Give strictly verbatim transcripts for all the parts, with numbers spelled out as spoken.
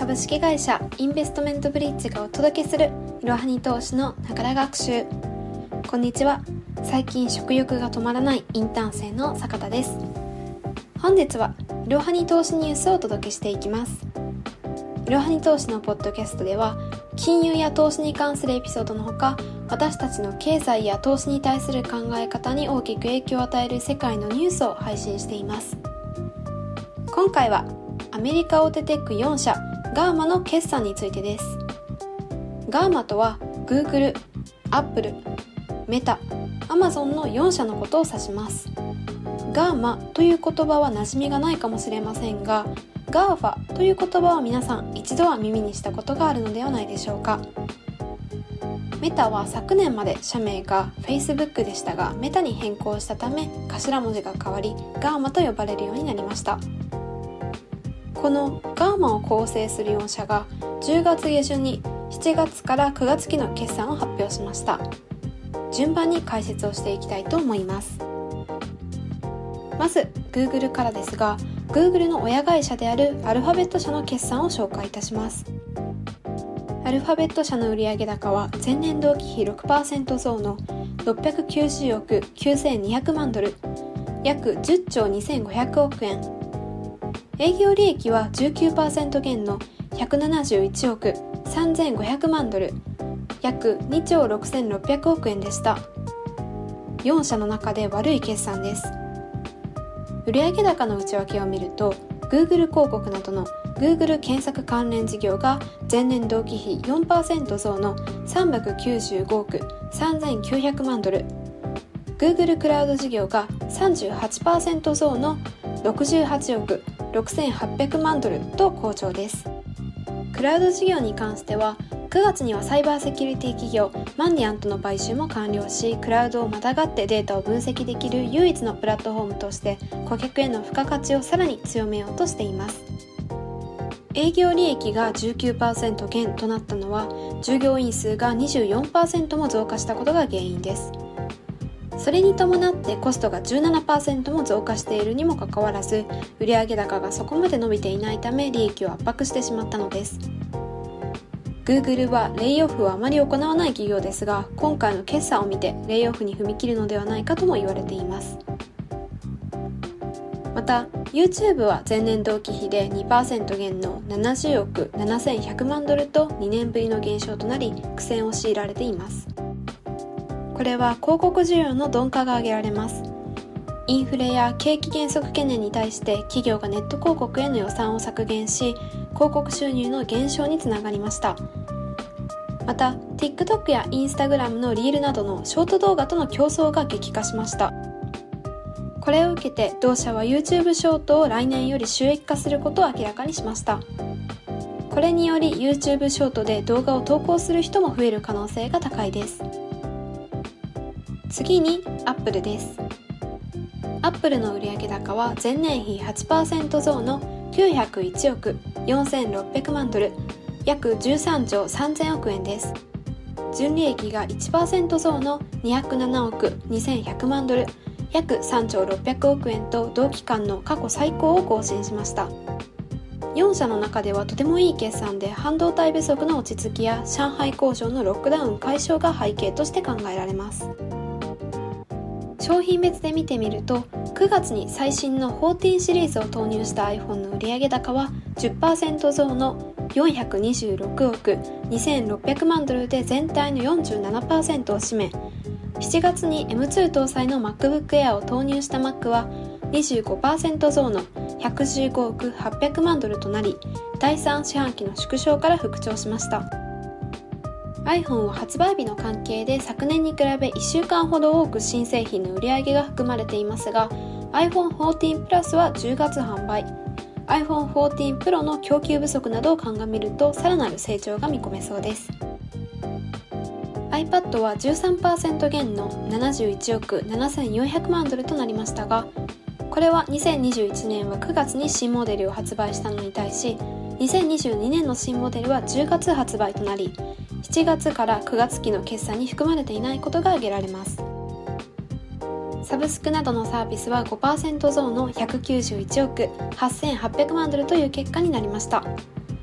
株式会社インベストメントブリッジがお届けするいろはに投資のながら学習。こんにちは。最近食欲が止まらないインターン生の坂田です。本日はいろはに投資ニュースをお届けしていきます。いろはに投資のポッドキャストでは金融や投資に関するエピソードのほか、私たちの経済や投資に対する考え方に大きく影響を与える世界のニュースを配信しています。今回はアメリカ大手テックよん社ガーマの決算についてです。ガーマとは Google、Apple、メタ、Amazon のよん社のことを指します。ガーマという言葉は馴染みがないかもしれませんが、ガーファという言葉は皆さん一度は耳にしたことがあるのではないでしょうか。メタは昨年まで社名が Facebook でしたが、メタに変更したため頭文字が変わりガーマと呼ばれるようになりました。このガーマを構成するよん社がじゅうがつ下旬にしちがつからくがつ期の決算を発表しました。順番に解説をしていきたいと思います。まず Google からですが、 Google の親会社であるアルファベット社の決算を紹介いたします。アルファベット社の売上高は前年同期比 ろくパーセント 増のろっぴゃくきゅうじゅうおくきゅうせんにひゃくまんドル、約じゅっちょうにせんごひゃくおくえん。営業利益は じゅうきゅうパーセント 減のひゃくななじゅういちおくさんぜんごひゃくまんドル、約にちょうろくせんろっぴゃくおくえんでした。よん社の中で悪い決算です。売上高の内訳を見ると、 Google 広告などの Google 検索関連事業が前年同期比 よんパーセント 増のさんびゃくきゅうじゅうごおくさんぜんきゅうひゃくまんドル、 Google クラウド事業が さんじゅうはちパーセント 増のろくじゅうはちおくろくせんはっぴゃくまんドルと好調です。クラウド事業に関してはくがつにはサイバーセキュリティ企業マンディアントの買収も完了し、クラウドをまたがってデータを分析できる唯一のプラットフォームとして顧客への付加価値をさらに強めようとしています。営業利益が じゅうきゅうパーセント 減となったのは、従業員数が にじゅうよんパーセント も増加したことが原因です。それに伴ってコストが じゅうななパーセント も増加しているにもかかわらず、売上高がそこまで伸びていないため利益を圧迫してしまったのです。Google はレイオフをあまり行わない企業ですが、今回の決算を見てレイオフに踏み切るのではないかとも言われています。また YouTube は前年同期比で にパーセント 減のななじゅうおくななせんひゃくまんドルとにねんぶりの減少となり苦戦を強いられています。これは広告需要の鈍化が挙げられます。インフレや景気減速懸念に対して企業がネット広告への予算を削減し、広告収入の減少につながりました。また TikTok や Instagram のリールなどのショート動画との競争が激化しました。これを受けて同社は YouTube ショートを来年より収益化することを明らかにしました。これにより YouTube ショートで動画を投稿する人も増える可能性が高いです。次に Apple です。アップルの売上高は前年比 はちパーセント 増のきゅうひゃくいちおくよんせんろっぴゃくまんドル、約じゅうさんちょうさんぜんおくえんです。純利益が いちパーセント 増のにひゃくななおくにせんひゃくまんドル、約さんちょうろっぴゃくおくえんと同期間の過去最高を更新しました。よん社の中ではとてもいい決算で、半導体不足の落ち着きや上海工場のロックダウン解消が背景として考えられます。商品別で見てみると、くがつに最新のじゅうよんシリーズを投入した iPhone の売上高は じゅっパーセント 増のよんひゃくにじゅうろくおくにせんろっぴゃくまんドルで全体の よんじゅうななパーセント を占め、しちがつに エムツー 搭載の MacBook Air を投入した Mac は にじゅうごパーセント 増のひゃくじゅうごおくはっぴゃくまんドルとなり、だいさん四半期の縮小から復調しました。iPhone は発売日の関係で昨年に比べいっしゅうかんほど多く新製品の売り上げが含まれていますが、 アイフォンフォーティーン Plus はじゅうがつ販売、 アイフォンフォーティーン Pro の供給不足などを鑑みるとさらなる成長が見込めそうです。 iPad は じゅうさんパーセント 減のななじゅういちおくななせんよんひゃくまんドルとなりましたが、これはにせんにじゅういちねんはくがつに新モデルを発売したのに対し、にせんにじゅうにねんの新モデルはじゅうがつ発売となり、しちがつからくがつ期の決算に含まれていないことが挙げられます。サブスクなどのサービスは ごパーセント 増のひゃくきゅうじゅういちおくはっせんはっぴゃくまんドルという結果になりました。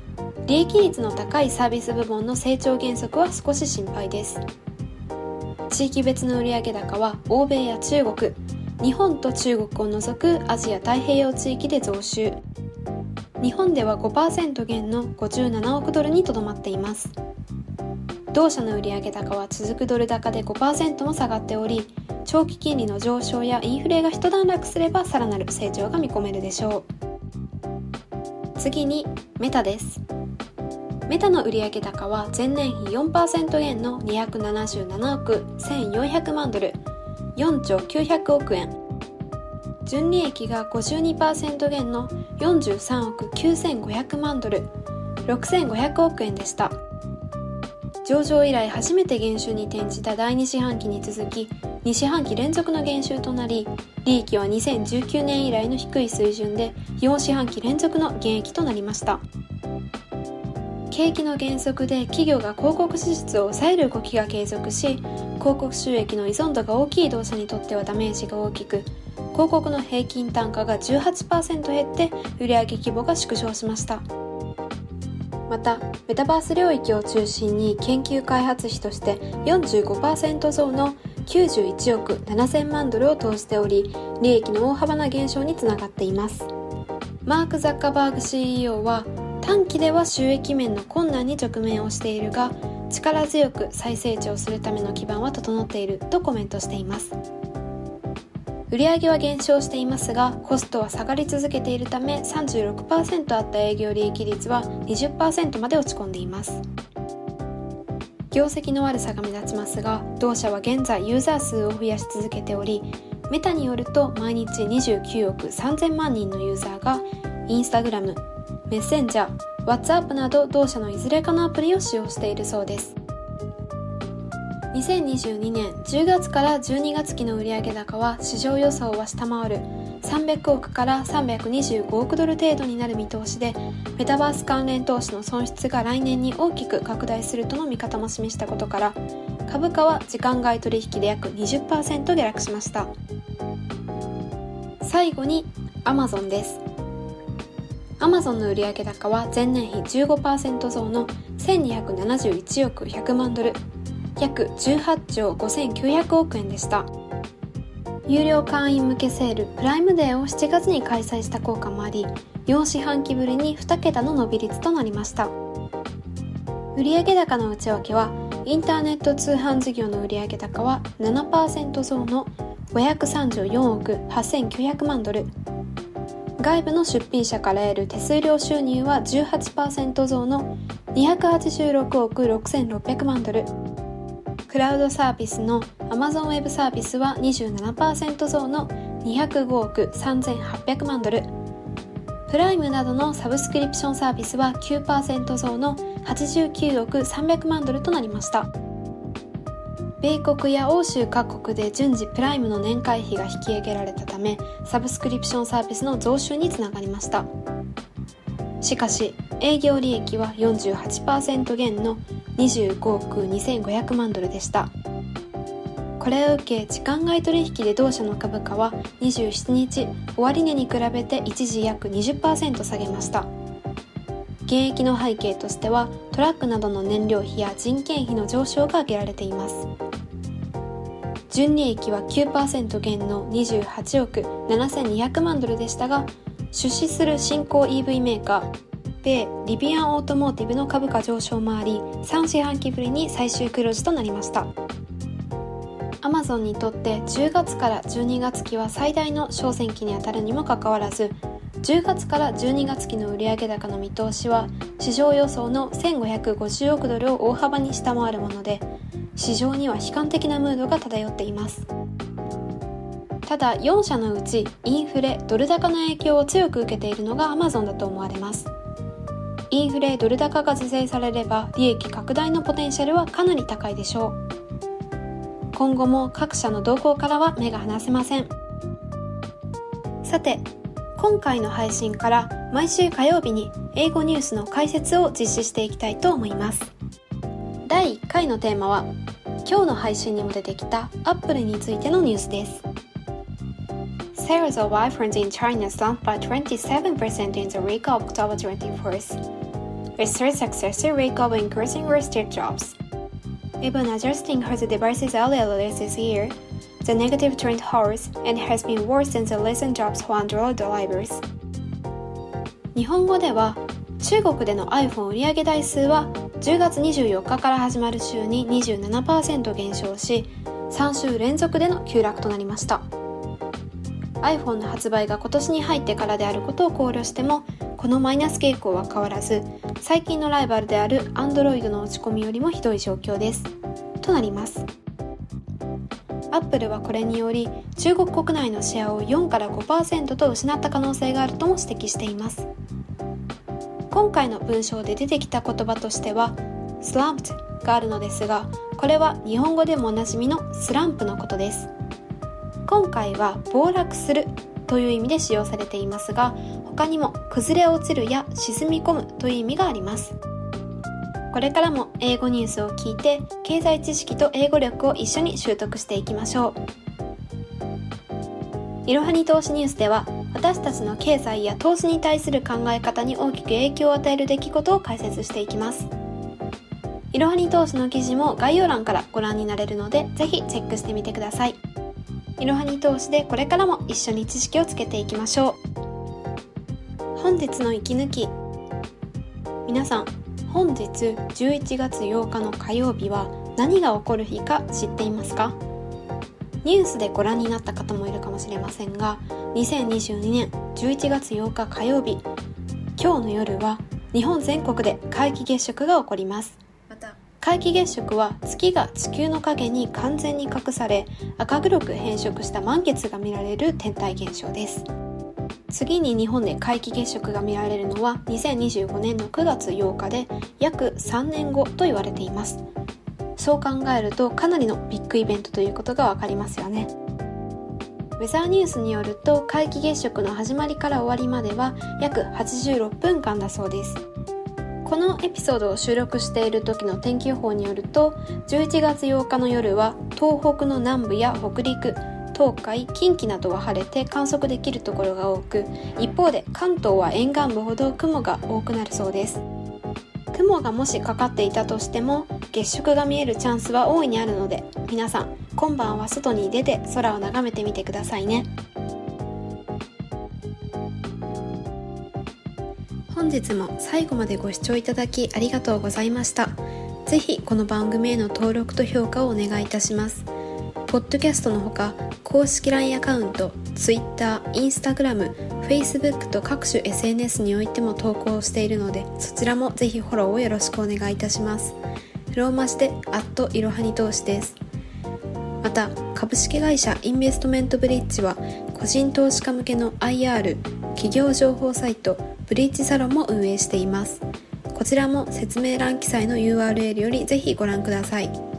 利益率の高いサービス部門の成長減速は少し心配です。地域別の売上高は欧米や中国、日本と中国を除くアジア太平洋地域で増収。日本では ごパーセント 減のごじゅうななおくドルにとどまっています。同社の売上高は続くドル高で ごパーセント も下がっており、長期金利の上昇やインフレが一段落すればさらなる成長が見込めるでしょう。次にメタです。メタの売上高は前年比 よんパーセント 減のにひゃくななじゅうななおくせんよんひゃくまんドル、よんちょうきゅうひゃくおくえん。純利益が ごじゅうにパーセント 減のよんじゅうさんおくきゅうせんごひゃくまんドル、ろくせんごひゃくおくえんでした。上場以来初めて減収に転じただいに四半期に続き、に四半期連続の減収となり、利益はにせんじゅうきゅうねん以来の低い水準でよん四半期連続の減益となりました。景気の減速で企業が広告支出を抑える動きが継続し、広告収益の依存度が大きい同社にとってはダメージが大きく、広告の平均単価が じゅうはちパーセント 減って売上規模が縮小しました。またメタバース領域を中心に研究開発費として よんじゅうごパーセント 増のきゅうじゅういちおくななせんまんドルを投じており、利益の大幅な減少につながっています。マーク・ザッカーバーグ シーイーオー は、短期では収益面の困難に直面をしているが、力強く再成長するための基盤は整っているとコメントしています。売上は減少していますが、コストは下がり続けているため さんじゅうろくパーセント あった営業利益率は にじゅっパーセント まで落ち込んでいます。業績の悪さが目立ちますが、同社は現在ユーザー数を増やし続けており、メタによると毎日にじゅうきゅうおくさんぜんまんにんのユーザーがインスタグラム、メッセンジャー、WhatsApp など同社のいずれかのアプリを使用しているそうです。にせんにじゅうにねんじゅうがつからじゅうにがつ期の売上高は市場予想は下回るさんびゃくおくからさんびゃくにじゅうごおくドル程度になる見通しで、メタバース関連投資の損失が来年に大きく拡大するとの見方も示したことから、株価は時間外取引で約 にじゅっパーセント 下落しました。最後に Amazon です。アマゾンの売上高は前年比 じゅうごパーセント 増のせんにひゃくななじゅういちおくひゃくまんドル、約じゅうはっちょうごせんきゅうひゃくおくえんでした。有料会員向けセールプライムデーをしちがつに開催した効果もあり、よん四半期ぶりにに桁の伸び率となりました。売上高の内訳は、インターネット通販事業の売上高は ななパーセント 増のごひゃくさんじゅうよんおくはっせんきゅうひゃくまんドル、外部の出品者から得る手数料収入は じゅうはちパーセント 増のにひゃくはちじゅうろくおくろくせんろっぴゃくまんドル、クラウドサービスの Amazon Web サービスは にじゅうななパーセント 増のにひゃくごおくさんぜんはっぴゃくまんドル、プライムなどのサブスクリプションサービスは きゅうパーセント 増のはちじゅうきゅうおくさんびゃくまんドルとなりました。米国や欧州各国で順次プライムの年会費が引き上げられたため、サブスクリプションサービスの増収につながりました。しかし営業利益は よんじゅうはちパーセント 減のにじゅうごおくにせんごひゃくまんドルでした。これを受け、時間外取引で同社の株価はにじゅうしちにち終値に比べて一時約 にじゅっパーセント 下げました。減益の背景としては、トラックなどの燃料費や人件費の上昇が挙げられています。純利益は きゅうパーセント 減のにじゅうはちおくななせんにひゃくまんドルでしたが、出資する新興 イーブイ メーカー米リビアンオートモーティブの株価上昇もあり、さん四半期ぶりに最終黒字となりました。アマゾンにとってじゅうがつからじゅうにがつ期は最大の商戦期にあたるにもかかわらず、じゅうがつからじゅうにがつ期の売上高の見通しは市場予想のせんごひゃくごじゅうおくドルを大幅に下回るもので、市場には悲観的なムードが漂っています。ただよん社のうちインフレ・ドル高の影響を強く受けているのがアマゾンだと思われます。インフレ・ドル高が是正されれば利益拡大のポテンシャルはかなり高いでしょう。今後も各社の動向からは目が離せません。さて、今回の配信から毎週火曜日に英語ニュースの解説を実施していきたいと思います。だいいっかいのテーマは、今日の配信にも出てきたアップルについてのニュースです。Sales of iPhones in China slumped by twenty-seven percent in the week of October twenty-fourth. with third successive week of increasing listed jobs. Even adjusting for the device's early release this year, the negative trend holds and has been worse than the recent jobs for Android drivers. 日本語では中国での iPhone 売上台数はじゅうがつにじゅうよっかから始まる週に にじゅうななパーセント 減少し、さん週連続での急落となりました。 iPhone の発売が今年に入ってからであることを考慮しても、このマイナス傾向は変わらず、最近のライバルである Android の落ち込みよりもひどい状況ですとなります。Apple はこれにより中国国内のシェアをよんから ごパーセント と失った可能性があるとも指摘しています。今回の文章で出てきた言葉としては slumped があるのですが、これは日本語でもおなじみのスランプのことです。今回は暴落するという意味で使用されていますが、他にも崩れ落ちるや沈み込むという意味があります。これからも英語ニュースを聞いて経済知識と英語力を一緒に習得していきましょう。いろはに投資ニュースでは、私たちの経済や投資に対する考え方に大きく影響を与える出来事を解説していきます。いろはに投資の記事も概要欄からご覧になれるので、ぜひチェックしてみてください。いろはに投資でこれからも一緒に知識をつけていきましょう。本日の息抜き。皆さん、本日じゅういちがつようかの火曜日は何が起こる日か知っていますか？ニュースでご覧になった方もいるかもしれませんが、にせんにじゅうにねんじゅういちがつようか火曜日、今日の夜は日本全国で皆既月食が起こります。また皆既月食は月が地球の影に完全に隠され、赤黒く変色した満月が見られる天体現象です。次に日本で皆既月食が見られるのはにせんにじゅうごねんのくがつようかで、約さんねんごと言われています。そう考えるとかなりのビッグイベントということがわかりますよね。ウェザーニュースによると、皆既月食の始まりから終わりまでは約はちじゅうろっぷんかんだそうです。このエピソードを収録している時の天気予報によると、じゅういちがつようかの夜は東北の南部や北陸、東海、近畿などは晴れて観測できるところが多く、一方で関東は沿岸部ほど雲が多くなるそうです。雲がもしかかっていたとしても、月食が見えるチャンスは大いにあるので、皆さん今晩は外に出て空を眺めてみてくださいね。本日も最後までご視聴いただきありがとうございました。ぜひこの番組への登録と評価をお願いいたします。ポッドキャストのほか、公式 ライン アカウント、Twitter、Instagram、Facebook と各種 エスエヌエス においても投稿しているので、そちらもぜひフォローをよろしくお願いいたします。ローマ字でアットいろはに投資です。また、株式会社インベストメントブリッジは、個人投資家向けの アイアール、企業情報サイト、ブリッジサロンも運営しています。こちらも説明欄記載の ユーアールエル よりぜひご覧ください。